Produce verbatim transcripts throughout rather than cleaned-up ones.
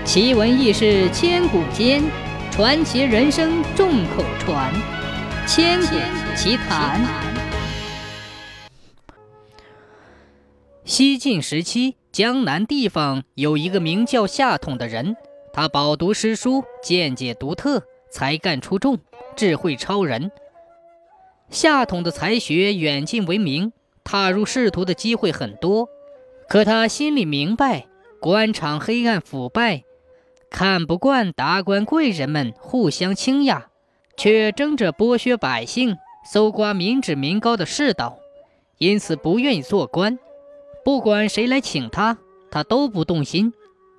奇闻异事千古间，传奇人生众口传。千古奇谈。西晋时期，江南地方有一个名叫夏统的人，他饱读诗书，见解独特，才干出众，智慧超人。夏统的才学远近闻名，踏入仕途的机会很多，可他心里明白，官场黑暗腐败，看不惯达官贵人们互相倾轧，却争着剥削百姓，搜刮民脂民膏的世道，因此不愿意做官。不管谁来请他，他都不动心。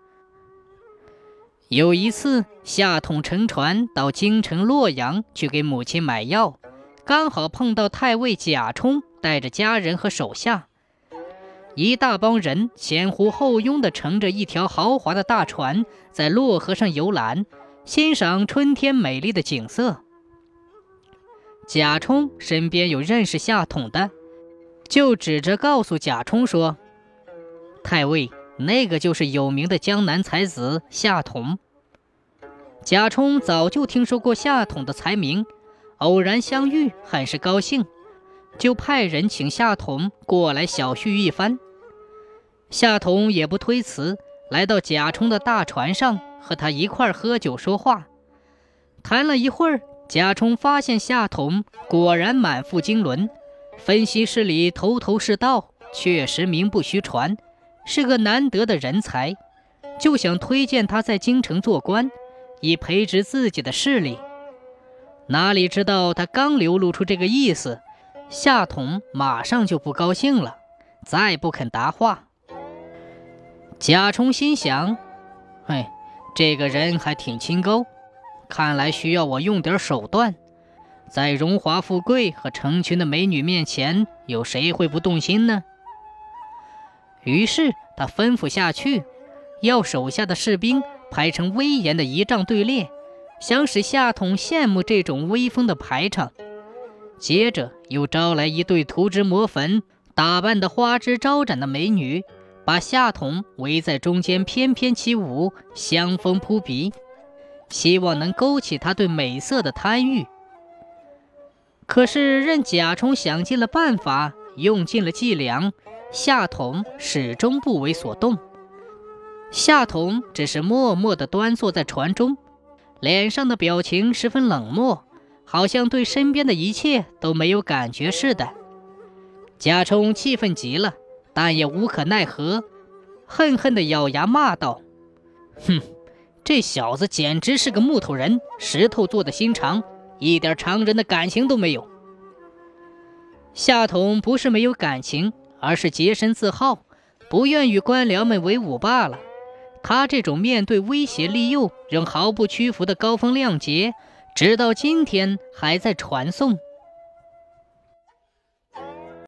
有一次，夏统乘船到京城洛阳去给母亲买药，刚好碰到太尉贾充带着家人和手下，一大帮人前呼后拥地乘着一条豪华的大船，在洛河上游览，欣赏春天美丽的景色。贾充身边有认识夏统的，就指着告诉贾充说：“太尉，那个就是有名的江南才子夏统。”贾充早就听说过夏统的才名，偶然相遇，很是高兴，就派人请夏统过来小叙一番。夏统也不推辞，来到贾充的大船上，和他一块喝酒说话。谈了一会儿，贾充发现夏统果然满腹经纶，分析事理头头是道，确实名不虚传，是个难得的人才，就想推荐他在京城做官，以培植自己的势力。哪里知道他刚流露出这个意思，夏统马上就不高兴了，再不肯答话。贾充心想，哎，这个人还挺清高，看来需要我用点手段。在荣华富贵和成群的美女面前，有谁会不动心呢？于是他吩咐下去，要手下的士兵排成威严的仪仗队列，想使夏统羡慕这种威风的排场。接着又招来一对涂脂抹粉、打扮得花枝招展的美女，把夏统围在中间翩翩起舞，香风扑鼻，希望能勾起他对美色的贪欲。可是任贾充想尽了办法，用尽了伎俩，夏统始终不为所动。夏统只是默默地端坐在船中，脸上的表情十分冷漠，好像对身边的一切都没有感觉似的。贾充气愤极了，但也无可奈何，恨恨地咬牙骂道：“哼，这小子简直是个木头人，石头做的心肠，一点常人的感情都没有。”夏统不是没有感情，而是洁身自好，不愿与官僚们为伍罢了。他这种面对威胁利诱仍毫不屈服的高风亮节，直到今天还在传颂。